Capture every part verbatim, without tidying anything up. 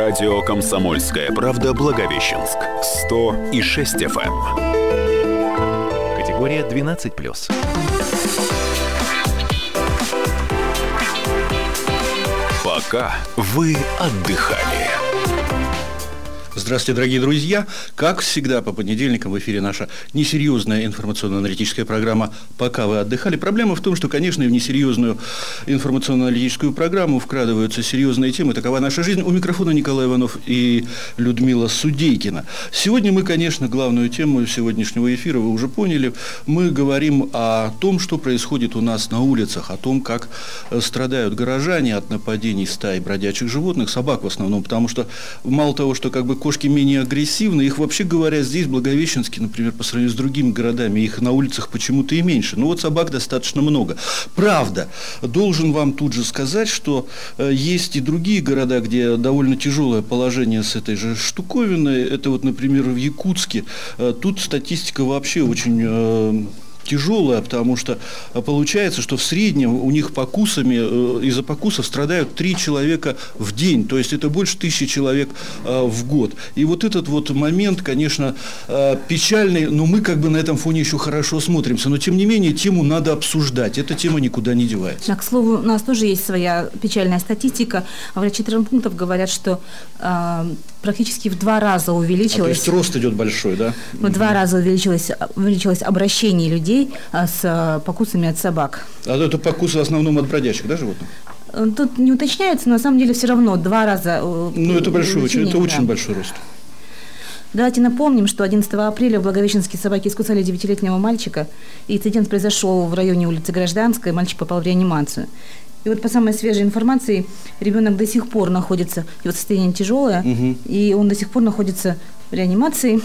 Радио «Комсомольская правда» Благовещенск. сто и шесть эф эм. Категория двенадцать плюс. Пока вы отдыхали. Здравствуйте, дорогие друзья! Как всегда, по понедельникам в эфире наша несерьезная информационно-аналитическая программа «Пока вы отдыхали». Проблема в том, что, конечно, в несерьезную информационно-аналитическую программу вкрадываются серьезные темы. Такова наша жизнь. У микрофона Николай Иванов и Людмила Судейкина. Сегодня мы, конечно, главную тему сегодняшнего эфира вы уже поняли. Мы говорим о том, что происходит у нас на улицах, о том, как страдают горожане от нападений стаи бродячих животных, собак в основном, потому что мало того, что как бы кошки менее агрессивны, их, вообще говоря, здесь, в Благовещенске, например, по сравнению с другими городами, их на улицах почему-то и меньше. Но вот собак достаточно много. Правда, должен вам тут же сказать, что э, есть и другие города, где довольно тяжелое положение с этой же штуковиной. Это вот, например, в Якутске. Э, тут статистика вообще очень... Э, тяжелая, потому что получается, что в среднем у них покусами, из-за покусов страдают три человека в день, то есть это больше тысячи человек в год. И вот этот вот момент, конечно, печальный, но мы как бы на этом фоне еще хорошо смотримся, но тем не менее тему надо обсуждать, эта тема никуда не девается. Да, к слову, у нас тоже есть своя печальная статистика. Врачи травмпунктов говорят, что э, практически в два раза увеличилось... А, то есть рост идет большой, да? В два раза увеличилось, увеличилось обращение людей с покусами от собак. А это покусы в основном от бродячих, да, животных? Тут не уточняется, но на самом деле все равно два раза. Ну, это большой, это да. очень большой рост. Давайте напомним, что одиннадцатого апреля в Благовещенске собаки искусали девятилетнего мальчика. И инцидент произошел в районе улицы Гражданской. Мальчик попал в реанимацию. И вот по самой свежей информации, ребенок до сих пор находится, его состояние тяжелое, угу. и он до сих пор находится в реанимации.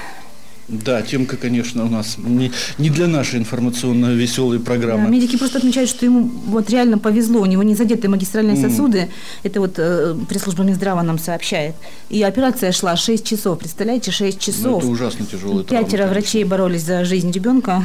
Да, темка, конечно, у нас не, не для нашей информационно-веселой программы. Да, медики просто отмечают, что ему вот реально повезло, у него не задеты магистральные mm. сосуды. Это вот э, пресс-служба Минздрава нам сообщает. И операция шла шесть часов, представляете, шесть часов. Ну, это ужасно тяжелая травма. Пятеро конечно. врачей боролись за жизнь ребенка.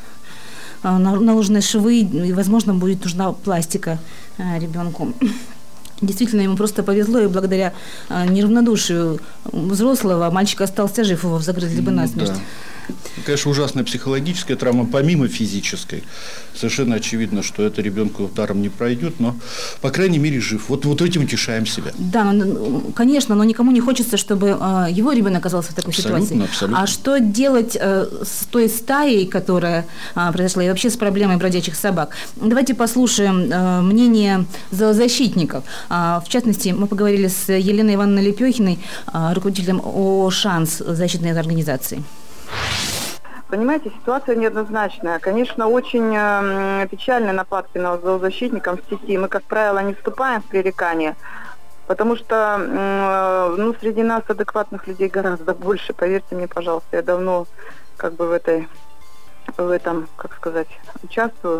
Наложены швы, и, возможно, будет нужна пластика э, ребенку. Действительно, ему просто повезло, и благодаря а, неравнодушию взрослого мальчик остался жив, его загрызли бы насмерть. Да. Конечно, ужасная психологическая травма, помимо физической. Совершенно очевидно, что это ребенку даром не пройдет, но, по крайней мере, жив. Вот, вот этим утешаем себя. Да, конечно, но никому не хочется, чтобы э, его ребенок оказался в такой абсолютно, ситуации. Абсолютно. А что делать э, с той стаей, которая э, произошла, и вообще с проблемой бродячих собак? Давайте послушаем э, мнение зоозащитников. Э, в частности, мы поговорили с Еленой Ивановной Лепехиной, э, руководителем ООО «Шанс» защитной организации. Понимаете, ситуация неоднозначная. Конечно, очень э, печальные нападки на зоозащитников в сети. Мы, как правило, не вступаем в пререкания, потому что э, ну, среди нас адекватных людей гораздо больше. Поверьте мне, пожалуйста, я давно как бы в этой, в этом, как сказать, участвую.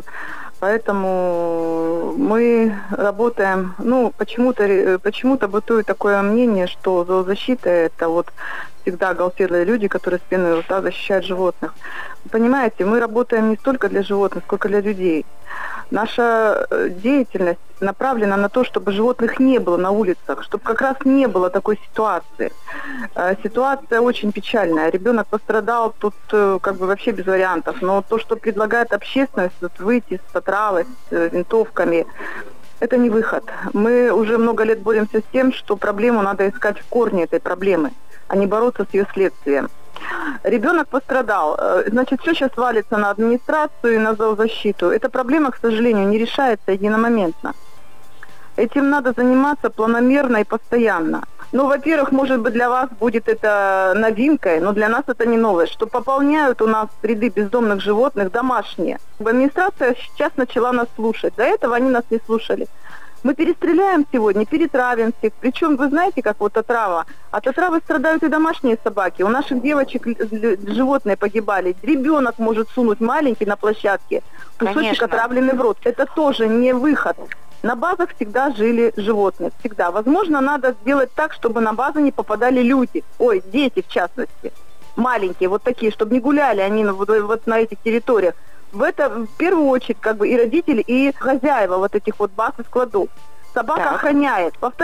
Поэтому мы работаем, ну, почему-то, почему-то бытует такое мнение, что зоозащита – это вот всегда оголтелые люди, которые с пеной у рта защищают животных. Понимаете, мы работаем не столько для животных, сколько для людей. Наша деятельность направлена на то, чтобы животных не было на улицах, чтобы как раз не было такой ситуации. Ситуация очень печальная. Ребенок пострадал, тут как бы вообще без вариантов. Но то, что предлагает общественность, вот выйти с отравой, с винтовками, это не выход. Мы уже много лет боремся с тем, что проблему надо искать в корне этой проблемы, а не бороться с ее следствием. Ребенок пострадал, значит, все сейчас валится на администрацию и на зоозащиту. Эта проблема, к сожалению, не решается единомоментно. Этим надо заниматься планомерно и постоянно. Ну, во-первых, может быть, для вас будет это новинкой, но для нас это не новость, что пополняют у нас ряды бездомных животных домашние. Администрация сейчас начала нас слушать. До этого они нас не слушали. Мы перестреляем сегодня, перетравим всех. Причем, вы знаете, как вот отрава. От отравы страдают и домашние собаки. У наших девочек животные погибали. Ребенок может сунуть маленький на площадке кусочек Конечно. Отравленный в рот. Это тоже не выход. На базах всегда жили животные. Всегда. Возможно, надо сделать так, чтобы на базы не попадали люди. Ой, дети в частности. Маленькие, вот такие, чтобы не гуляли они вот, вот на этих территориях. В это в первую очередь как бы и родители, и хозяева вот этих вот баз и складов. Собака так. охраняет. Во-вторых,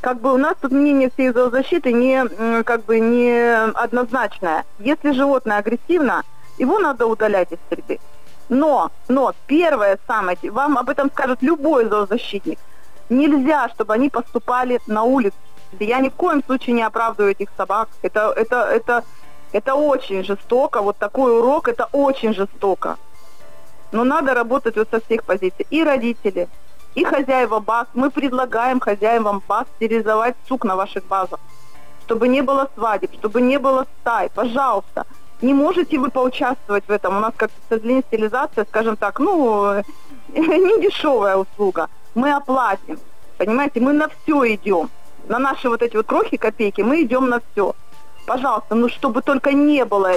как бы у нас тут мнение всей зоозащиты не, как бы не однозначное. Если животное агрессивно, его надо удалять из среды. Но, но первое самое, вам об этом скажет любой зоозащитник, нельзя, чтобы они поступали на улице. Я ни в коем случае не оправдываю этих собак. Это, это, это, это очень жестоко. Вот такой урок, это очень жестоко. Но надо работать вот со всех позиций. И родители, и хозяева баз. Мы предлагаем хозяевам баз стерилизовать сук на ваших базах. Чтобы не было свадеб, чтобы не было стай. Пожалуйста. Не можете вы поучаствовать в этом. У нас как-то, к сожалению, стерилизация, скажем так, ну, не дешевая услуга. Мы оплатим. Понимаете, мы на все идем. На наши вот эти вот крохи, копейки, мы идем на все. Пожалуйста, ну чтобы только не было.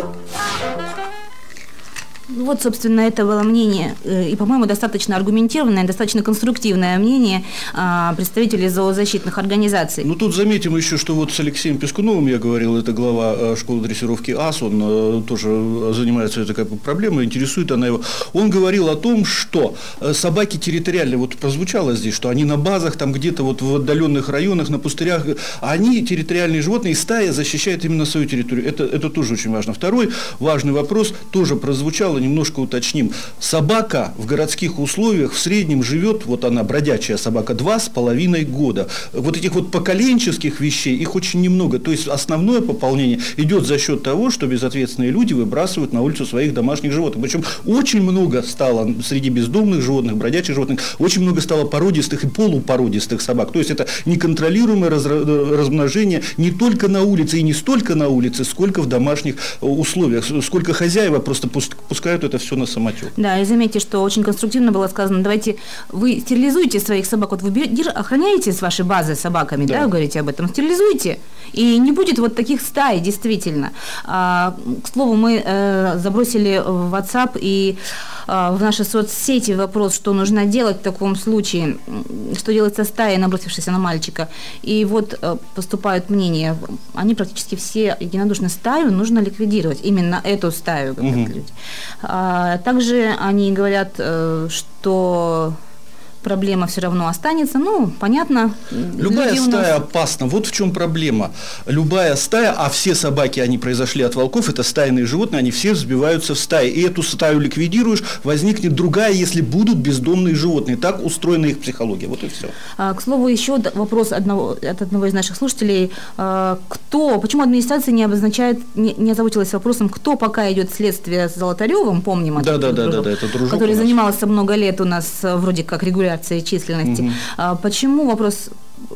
Ну вот, собственно, это было мнение, и, по-моему, достаточно аргументированное, достаточно конструктивное мнение представителей зоозащитных организаций. Ну, тут заметим еще, что вот с Алексеем Пескуновым, я говорил, это глава школы дрессировки АС, он тоже занимается этой как бы проблемой, интересует она его. Он говорил о том, что собаки территориальные, вот прозвучало здесь, что они на базах, там где-то вот в отдаленных районах, на пустырях, они территориальные животные, и стая защищает именно свою территорию. Это, это тоже очень важно. Второй важный вопрос тоже прозвучал, немножко уточним. Собака в городских условиях в среднем живет, вот она, бродячая собака, два с половиной года. Вот этих вот поколенческих вещей, их очень немного. То есть основное пополнение идет за счет того, что безответственные люди выбрасывают на улицу своих домашних животных. Причем очень много стало среди бездомных животных, бродячих животных, очень много стало породистых и полупородистых собак. То есть это неконтролируемое размножение не только на улице и не столько на улице, сколько в домашних условиях. Сколько хозяева просто пускают это все на самотек. Да, и заметьте, что очень конструктивно было сказано, давайте вы стерилизуйте своих собак, вот вы охраняете с вашей базы собаками, да, да, вы говорите об этом, стерилизуйте, и не будет вот таких стай, действительно. А, к слову, мы э, забросили в WhatsApp и э, в наши соцсети вопрос, что нужно делать в таком случае, что делать со стаей, набросившейся на мальчика, и вот э, поступают мнения, они практически все единодушно, стаю нужно ликвидировать, именно эту стаю, говорят угу. люди. А, также они говорят, что проблема все равно останется. Ну, понятно. Любая стая опасна. Вот в чем проблема. Любая стая, а все собаки, они произошли от волков, это стайные животные, они все взбиваются в стаи. И эту стаю ликвидируешь, возникнет другая, если будут бездомные животные. Так устроена их психология. Вот и все. А, к слову, еще вопрос одного, от одного из наших слушателей. А, кто, почему администрация не обозначает, не, не озаботилась вопросом, кто пока идет следствие с Золотаревым, помним, да, да, да, да, да, это дружок, который занимался много лет у нас вроде как регулярно численности. Угу. А почему вопрос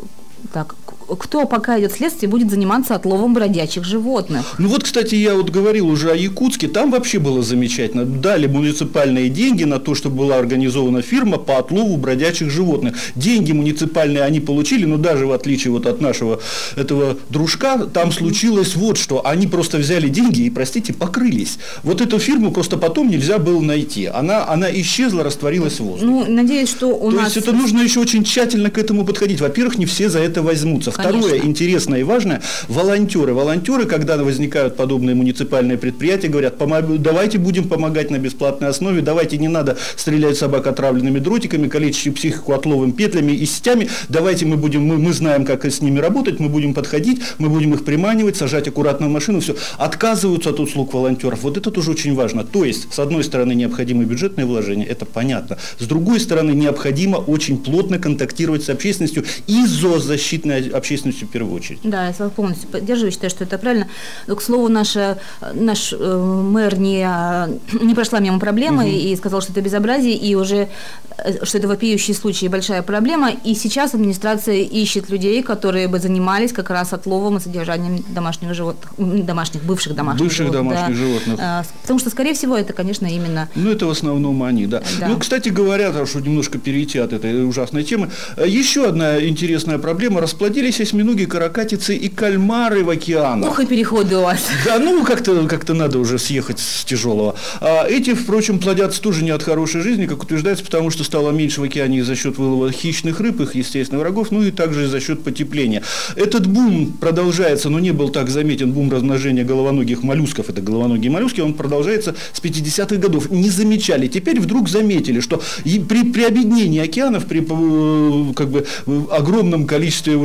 так? Кто пока идет следствие, будет заниматься отловом бродячих животных? Ну вот, кстати, я вот говорил уже о Якутске, там вообще было замечательно. Дали муниципальные деньги на то, чтобы была организована фирма по отлову бродячих животных. Деньги муниципальные они получили, но даже в отличие вот от нашего этого дружка, там случилось вот что. Они просто взяли деньги и, простите, покрылись. Вот эту фирму просто потом нельзя было найти. Она, она исчезла, растворилась в воздухе. Ну, надеюсь, что у то нас... есть это нужно еще очень тщательно к этому подходить. Во-первых, не все за это возьмутся. Второе, конечно. Интересное и важное, волонтеры. Волонтеры, когда возникают подобные муниципальные предприятия, говорят, давайте будем помогать на бесплатной основе, давайте не надо стрелять в собак отравленными дротиками, калечить психику отловом петлями и сетями, давайте мы будем, мы, мы знаем, как с ними работать, мы будем подходить, мы будем их приманивать, сажать аккуратно в машину, все. Отказываются от услуг волонтеров. Вот это тоже очень важно. То есть, с одной стороны, необходимы бюджетные вложения, это понятно. С другой стороны, необходимо очень плотно контактировать с общественностью и с зоозащитной общественностью в первую очередь. Да, я с вами полностью поддерживаю, считаю, что это правильно. Но, к слову, наша, наш э, мэр не, не прошла мимо проблемы угу. и сказал, что это безобразие, и уже, что это вопиющий случай и большая проблема. И сейчас администрация ищет людей, которые бы занимались как раз отловом и содержанием домашних животных, домашних, бывших домашних бывших животных. домашних да. животных. Потому что, скорее всего, это, конечно, именно... Ну, это в основном они, да. да. Ну, кстати говоря, чтобы немножко перейти от этой ужасной темы, еще одна интересная проблема. Расплодились осьминоги, каракатицы и кальмары в океанах. Ох, и переходы у вас. Да, ну, как-то, как-то надо уже съехать с тяжелого. А эти, впрочем, плодятся тоже не от хорошей жизни, как утверждается, потому что стало меньше в океане за счет вылова хищных рыб, их естественных врагов, ну и также за счет потепления. Этот бум продолжается, но не был так заметен бум размножения головоногих моллюсков, это головоногие моллюски, он продолжается с пятидесятых годов. Не замечали, теперь вдруг заметили, что при, при объединении океанов, при как бы, огромном количестве уже совершенно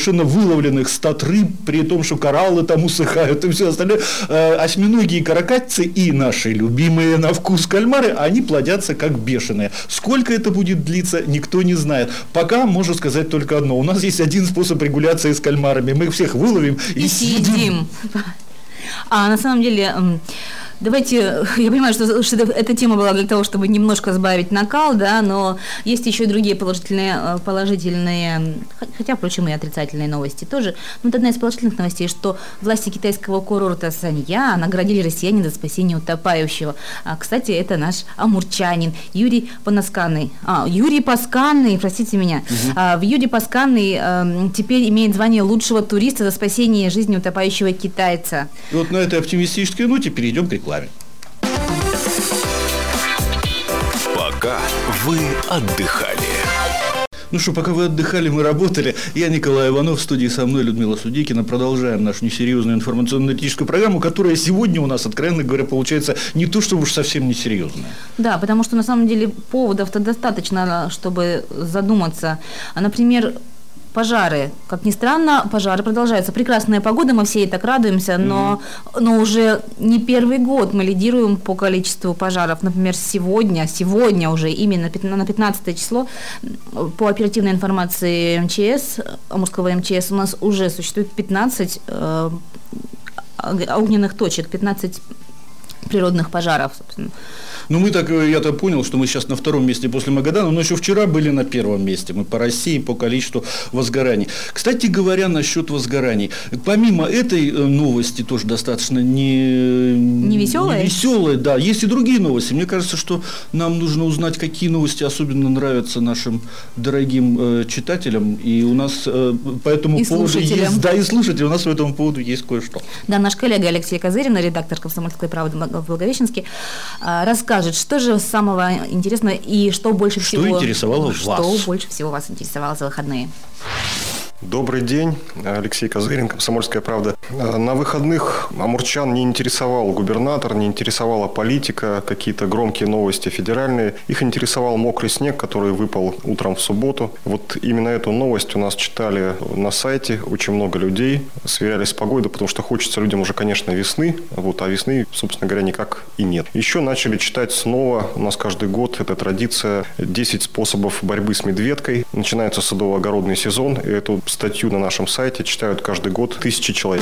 совершенно выловленных стад рыб, при том, что кораллы там усыхают и все остальное. Осьминоги и каракатицы и наши любимые на вкус кальмары, они плодятся как бешеные. Сколько это будет длиться, никто не знает. Пока можно сказать только одно. У нас есть один способ регуляции с кальмарами. Мы всех выловим и, и съедим. А на самом деле... Давайте, я понимаю, что, что эта тема была для того, чтобы немножко сбавить накал, да, но есть еще и другие положительные, положительные, хотя, впрочем, и отрицательные новости тоже. Но вот одна из положительных новостей, что власти китайского курорта Санья наградили россиянина за спасение утопающего. А, кстати, это наш амурчанин Юрий Пасканный. А, Юрий Пасканный, простите меня. Угу. А, Юрий Пасканный а, теперь имеет звание лучшего туриста за спасение жизни утопающего китайца. И вот на этой оптимистической ноте перейдем к рекламе. Пока вы отдыхали. Ну что, пока вы отдыхали, мы работали. Я Николай Иванов, в студии со мной Людмила Судейкина. Продолжаем нашу несерьезную информационно-аналитическую программу, которая сегодня у нас, откровенно говоря, получается не то, что уж совсем несерьезная. Да, потому что на самом деле поводов-то достаточно, чтобы задуматься. Например, пожары. Как ни странно, пожары продолжаются. Прекрасная погода, мы все и так радуемся, но, mm-hmm. но уже не первый год мы лидируем по количеству пожаров. Например, сегодня, сегодня уже именно на пятнадцатое число по оперативной информации эм че эс, Амурского эм че эс, у нас уже существует пятнадцать э, огненных точек, пятнадцать природных пожаров, собственно. Ну, мы так, я-то понял, что мы сейчас на втором месте после Магадана, но еще вчера были на первом месте. Мы по России, по количеству возгораний. Кстати говоря, насчет возгораний. Помимо этой новости, тоже достаточно не... Не веселая? Не веселая, да. Есть и другие новости. Мне кажется, что нам нужно узнать, какие новости особенно нравятся нашим дорогим э, читателям. И у нас э, по этому и поводу есть... Да, и слушатели. У нас по этому поводу есть кое-что. Да, наш коллега Алексей Козырин, редактор «Комсомольской правды» в Благовещенске, расскажет, что же самого интересного и что больше что всего... интересовало что вас? Что больше всего вас интересовало за выходные? Добрый день, Алексей Козырин, «Комсомольская правда». На выходных амурчан не интересовал губернатор, не интересовала политика, какие-то громкие новости федеральные. Их интересовал мокрый снег, который выпал утром в субботу. Вот именно эту новость у нас читали на сайте, очень много людей сверялись с погодой, потому что хочется людям уже, конечно, весны, вот, а весны, собственно говоря, никак и нет. Еще начали читать снова, у нас каждый год эта традиция, десять способов борьбы с медведкой. Начинается садово-огородный сезон, и эту статью на нашем сайте читают каждый год тысячи человек.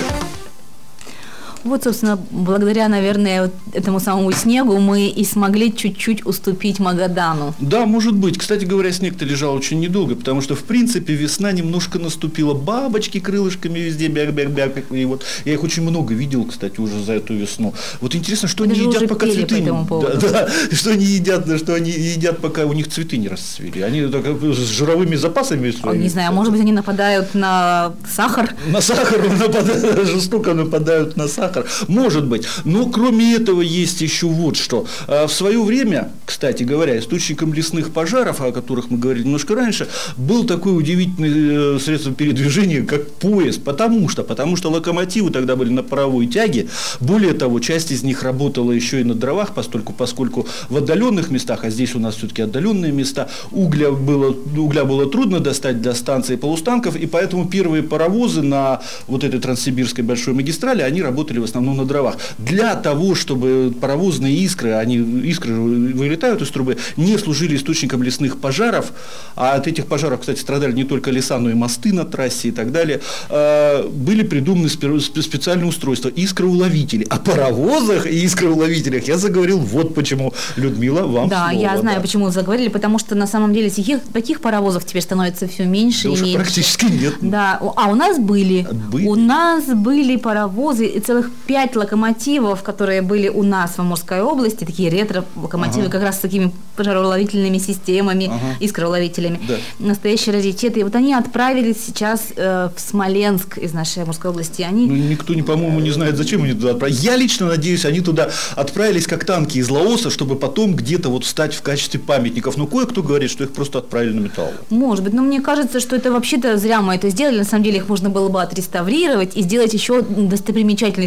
Вот, собственно, благодаря, наверное, вот этому самому снегу мы и смогли чуть-чуть уступить Магадану. Да, может быть. Кстати говоря, снег-то лежал очень недолго, потому что, в принципе, весна немножко наступила. Бабочки крылышками везде бяк-бяк-бяк. И вот я их очень много видел, кстати, уже за эту весну. Вот интересно, что Вы они едят, пока цветы по не... Да, да, что они едят, что они едят, пока у них цветы не расцвели. Они так, с жировыми запасами своими. Не знаю, может быть, они нападают на сахар? На сахар нападают, жестоко нападают на сахар. Может быть. Но кроме этого есть еще вот что. В свое время, кстати говоря, источником лесных пожаров, о которых мы говорили немножко раньше, был такой удивительный средство передвижения, как поезд. Потому что, потому что локомотивы тогда были на паровой тяге. Более того, часть из них работала еще и на дровах, поскольку, поскольку в отдаленных местах, а здесь у нас все-таки отдаленные места, угля было, угля было трудно достать для станции полустанков, и поэтому первые паровозы на вот этой транссибирской большой магистрали, они работали в основном на дровах. Для того, чтобы паровозные искры, они, искры вылетают из трубы, не служили источником лесных пожаров, а от этих пожаров, кстати, страдали не только леса, но и мосты на трассе и так далее, были придуманы специальные устройства, искроуловители. О паровозах и искроуловителях я заговорил вот почему. Людмила, вам Да, слово, я знаю, да. почему заговорили, потому что на самом деле таких, таких паровозов теперь становится все меньше да и уж меньше. Практически нет. Да, а у нас были, были. У нас были паровозы и целых пять локомотивов, которые были у нас в Амурской области, такие ретро-локомотивы, ага. как раз с такими пожароловительными системами, ага. искроуловителями. Да. Настоящие раритеты. И вот они отправились сейчас э, в Смоленск из нашей Амурской области. Они... Ну, никто, не, по-моему, не знает, зачем они туда отправились. Я лично надеюсь, они туда отправились как танки из Лаоса, чтобы потом где-то вот встать в качестве памятников. Но кое-кто говорит, что их просто отправили на металл. Может быть, но мне кажется, что это вообще-то зря мы это сделали. На самом деле их можно было бы отреставрировать и сделать еще достопримечательностью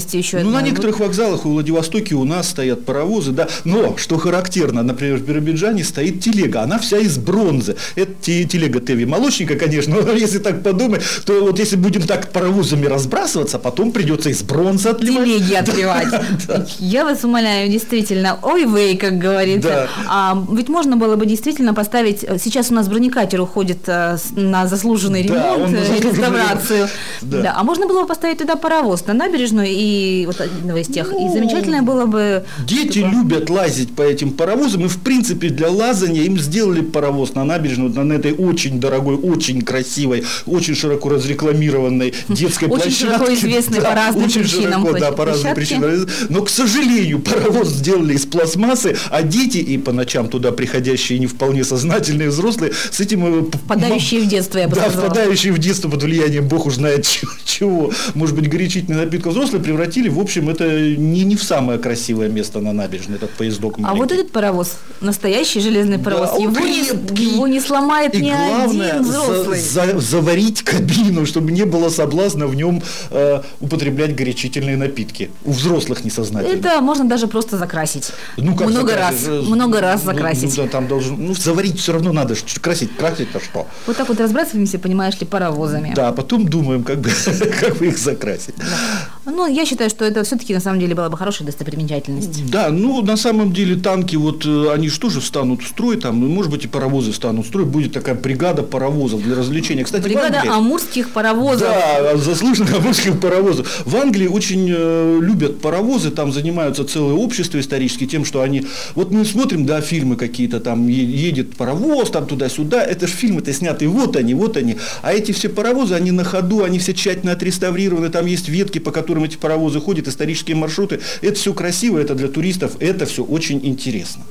достопримечательности еще. Ну, одна. на некоторых вокзалах у Владивостоке у нас стоят паровозы, да. Но, что характерно, например, в Биробиджане стоит телега, она вся из бронзы. Это телега Теви Молочника, конечно, но если так подумать, то вот если будем так паровозами разбрасываться, потом придется из бронзы отливать. Телеги отливать. Я вас умоляю, действительно, ой вей, как говорится. А ведь можно было бы действительно поставить, сейчас у нас бронекатер уходит на заслуженный ремонт, реставрацию. Да, а можно было бы поставить туда паровоз на набережную и вот одного из тех. И замечательно было бы... Дети любят лазить по этим паровозам, и в принципе для лазания им сделали паровоз на набережную, на этой очень дорогой, очень красивой, очень широко разрекламированной детской площадке. Очень широко известной по разным причинам. Да, по разным причинам. Но, к сожалению, паровоз сделали из пластмассы, а дети и по ночам туда приходящие не вполне сознательные взрослые с этим... Впадающие в детство, я бы сказала. Да, впадающие в детство под влиянием, бог уж знает чего, может быть, горячительный напиток, взрослые превратили, в общем, это не, не в самое красивое место на набережной, этот поездок маленький. А вот этот паровоз, настоящий железный паровоз, да, его, не, его не сломает и ни главное, один взрослый. За, за, заварить кабину, чтобы не было соблазна в нем э, употреблять горячительные напитки. У взрослых несознательных. Это можно даже просто закрасить. Ну, как много закрасить? раз, много раз закрасить. Ну, ну, там должен, ну, заварить все равно надо. Красить, красить-то что? Вот так вот разбрасываемся, понимаешь ли, паровозами. Да, потом думаем, как бы, как бы их закрасить. Да. Ну, я считаю, что это все-таки на самом деле была бы хорошая достопримечательность. Да, ну, на самом деле танки, вот, они же тоже встанут в строй, там, ну, может быть, и паровозы встанут в строй, будет такая бригада паровозов для развлечения. Кстати, бригада Англии, амурских паровозов. Да, заслуженных амурских паровозов. В Англии очень э, любят паровозы, там занимаются целые общества исторические тем, что они... Вот мы смотрим, да, фильмы какие-то, там едет паровоз, там туда-сюда, это же фильмы-то снятые, вот они, вот они. А эти все паровозы, они на ходу, они все тщательно отреставрированы, там есть ветки, по которым эти паровозы ходят, исторические маршруты. Это все красиво, это для туристов, это все очень интересно.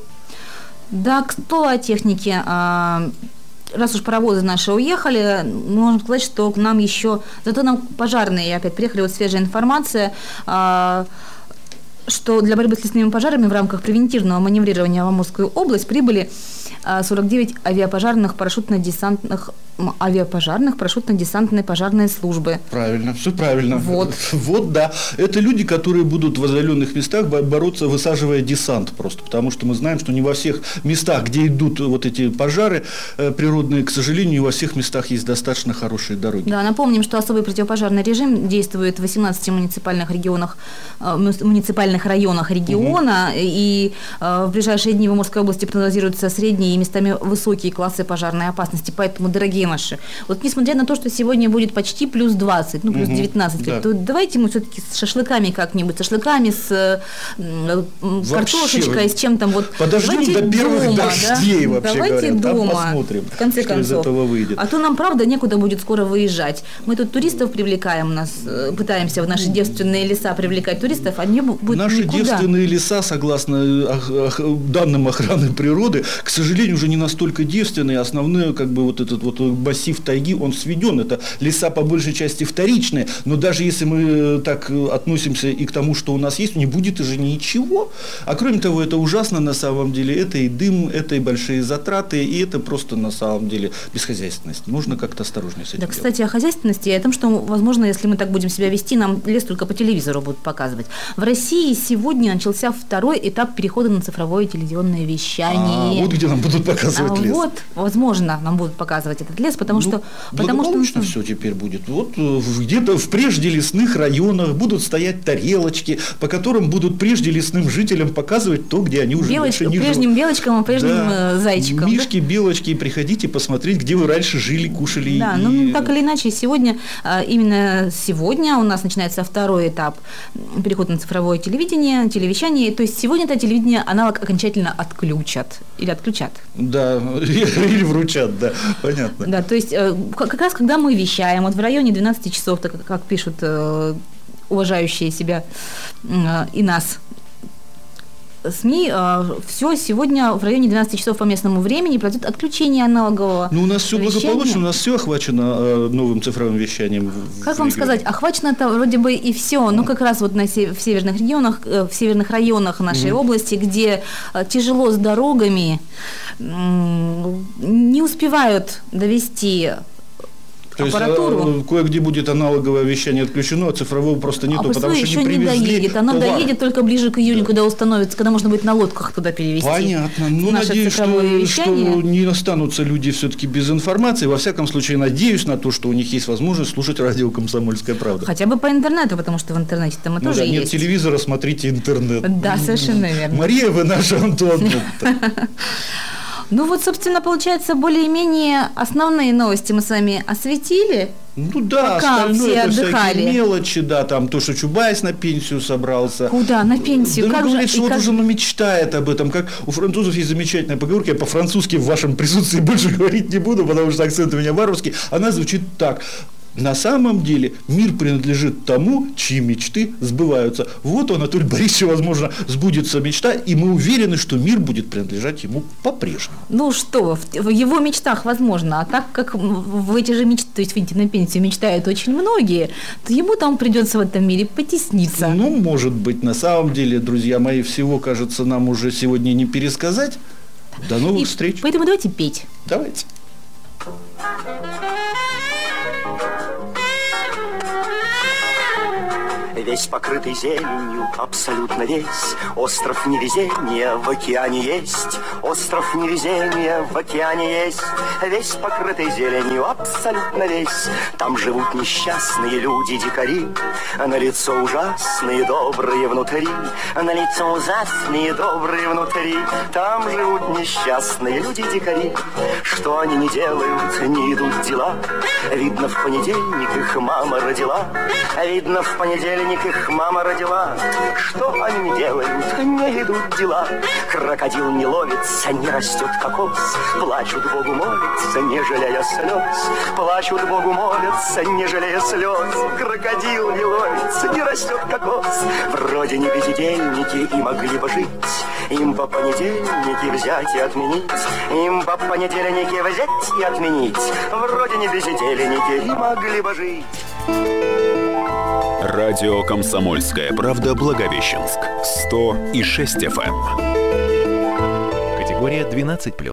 Да, к слову о технике. Раз уж паровозы наши уехали, можно сказать, что к нам еще... Зато нам пожарные опять приехали, вот свежая информация, что для борьбы с лесными пожарами в рамках превентивного маневрирования в Амурскую область прибыли сорок девять авиапожарных парашютно-десантных авиапожарных парашютно-десантной пожарной службы. Правильно, все правильно. Вот. Вот, да. Это люди, которые будут в отдаленных местах бороться, высаживая десант просто, потому что мы знаем, что не во всех местах, где идут вот эти пожары природные, к сожалению, не во всех местах есть достаточно хорошие дороги. Да, напомним, что особый противопожарный режим действует в восемнадцати муниципальных регионах, муниципальных районах региона, угу. и в ближайшие дни в Амурской области прогнозируются средние и местами высокие классы пожарной опасности, поэтому, дорогие наши, вот несмотря на то, что сегодня будет почти плюс двадцать, ну, плюс девятнадцать, да. то давайте мы все-таки с шашлыками как-нибудь, с шашлыками, с э, картошечкой, с чем-то вот. Подождем до первых дома, дождей, да? Вообще давайте говоря, дома, там посмотрим, в конце что концов. из этого выйдет. А то нам, правда, некуда будет скоро выезжать. Мы тут туристов привлекаем, нас пытаемся в наши девственные леса привлекать туристов, а не будет Наши никуда. девственные леса, согласно данным охраны природы, к сожалению, уже не настолько девственные. Основной, как бы, вот этот вот массив тайги, он сведен. Это леса по большей части вторичные. Но даже если мы так относимся и к тому, что у нас есть, не будет уже ничего. А кроме того, это ужасно на самом деле. Это и дым, это и большие затраты, и это просто на самом деле бесхозяйственность. Нужно как-то осторожнее с этим. Да, кстати, делать. О хозяйственности и о том, что, возможно, если мы так будем себя вести, нам лес только по телевизору будут показывать. В России сегодня начался второй этап перехода на цифровое телевизионное вещание. А, вот где нам будут показывать а лес. Вот, возможно, нам будут показывать этот лес, потому ну, что... Потому благополучно что... все теперь будет. Вот где-то в прежде лесных районах будут стоять тарелочки, по которым будут прежде лесным жителям показывать то, где они уже Белоч... больше не прежним живут. белочкам и прежним да. зайчикам. Мишки, да? белочки, приходите посмотреть, где вы раньше жили, кушали. Да, и... ну так или иначе, сегодня, именно сегодня у нас начинается второй этап перехода на цифровое телевидение, телевещание. То есть сегодня это телевидение аналог окончательно отключат или отключат. Да, или вручат, да, понятно. Да, то есть как раз когда мы вещаем, вот в районе двенадцати часов, так как пишут уважающие себя и нас СМИ, все сегодня в районе двенадцати часов по местному времени пройдет отключение аналогового. Ну, у нас все вещания. благополучно, у нас все охвачено новым цифровым вещанием. Как вам сказать, охвачено это вроде бы и все, но как раз вот на сев- в северных регионах, в северных районах нашей mm-hmm. области, где тяжело с дорогами, не успевают довести То аппаратуру. есть кое-где будет аналоговое вещание отключено, а цифрового просто нету, а потому что еще не привезли не доедет. Оно товар. доедет только ближе к июню, да. когда установится, когда можно будет на лодках туда перевезти. Понятно. Ну, надеюсь, что, что не останутся люди все-таки без информации. Во всяком случае, надеюсь на то, что у них есть возможность слушать радио «Комсомольская правда». Хотя бы по интернету, потому что в интернете там и ну, тоже да, есть. Нет телевизора, смотрите интернет. Да, совершенно верно. Мария, вы наш Антон. Ну вот, собственно, получается, более-менее основные новости мы с вами осветили. Ну да, пока остальное все это отдыхали. Всякие мелочи, да, там то, что Чубайс на пенсию собрался. Куда? На пенсию? Да, как ну, же? говорит, что вот как... уже ну, мечтает об этом. Как у французов есть замечательная поговорка, я по-французски в вашем присутствии больше говорить не буду, потому что акцент у меня варварский. Она звучит так. На самом деле мир принадлежит тому, чьи мечты сбываются. Вот у Анатолия Борисовича, возможно, сбудется мечта, и мы уверены, что мир будет принадлежать ему по-прежнему. Ну что, в его мечтах возможно, а так как в эти же мечты, то есть выйти на пенсию мечтают очень многие, то ему там придется в этом мире потесниться. Ну, может быть, на самом деле, друзья мои, всего, кажется, нам уже сегодня не пересказать. До новых и встреч. Поэтому давайте петь. Давайте. Весь покрытый зеленью, абсолютно весь. Остров невезения в океане есть. Остров невезения в океане есть. Весь покрытый зеленью, абсолютно весь. Там живут несчастные люди-дикари. На лицо ужасные, добрые внутри. На лицо ужасные, добрые внутри. Там живут несчастные люди-дикари. Что они не делают, не идут дела. Видно, в понедельник их мама родила. Видно, в понедельник их мама родила. Что они не делают, не идут дела. Крокодил не ловится, не растет кокос. Плачут Богу молятся, не жалея слез. Плачут Богу молятся, не жалея слез. Крокодил не ловится, не растет кокос. Вроде не бездельники и могли бы жить. Им по понедельнике взять и отменить. Им по понедельнике взять и отменить. Вроде не бездельники и могли бы жить. Радио «Комсомольская правда» Благовещенск. сто и шесть эф эм. Категория двенадцать плюс.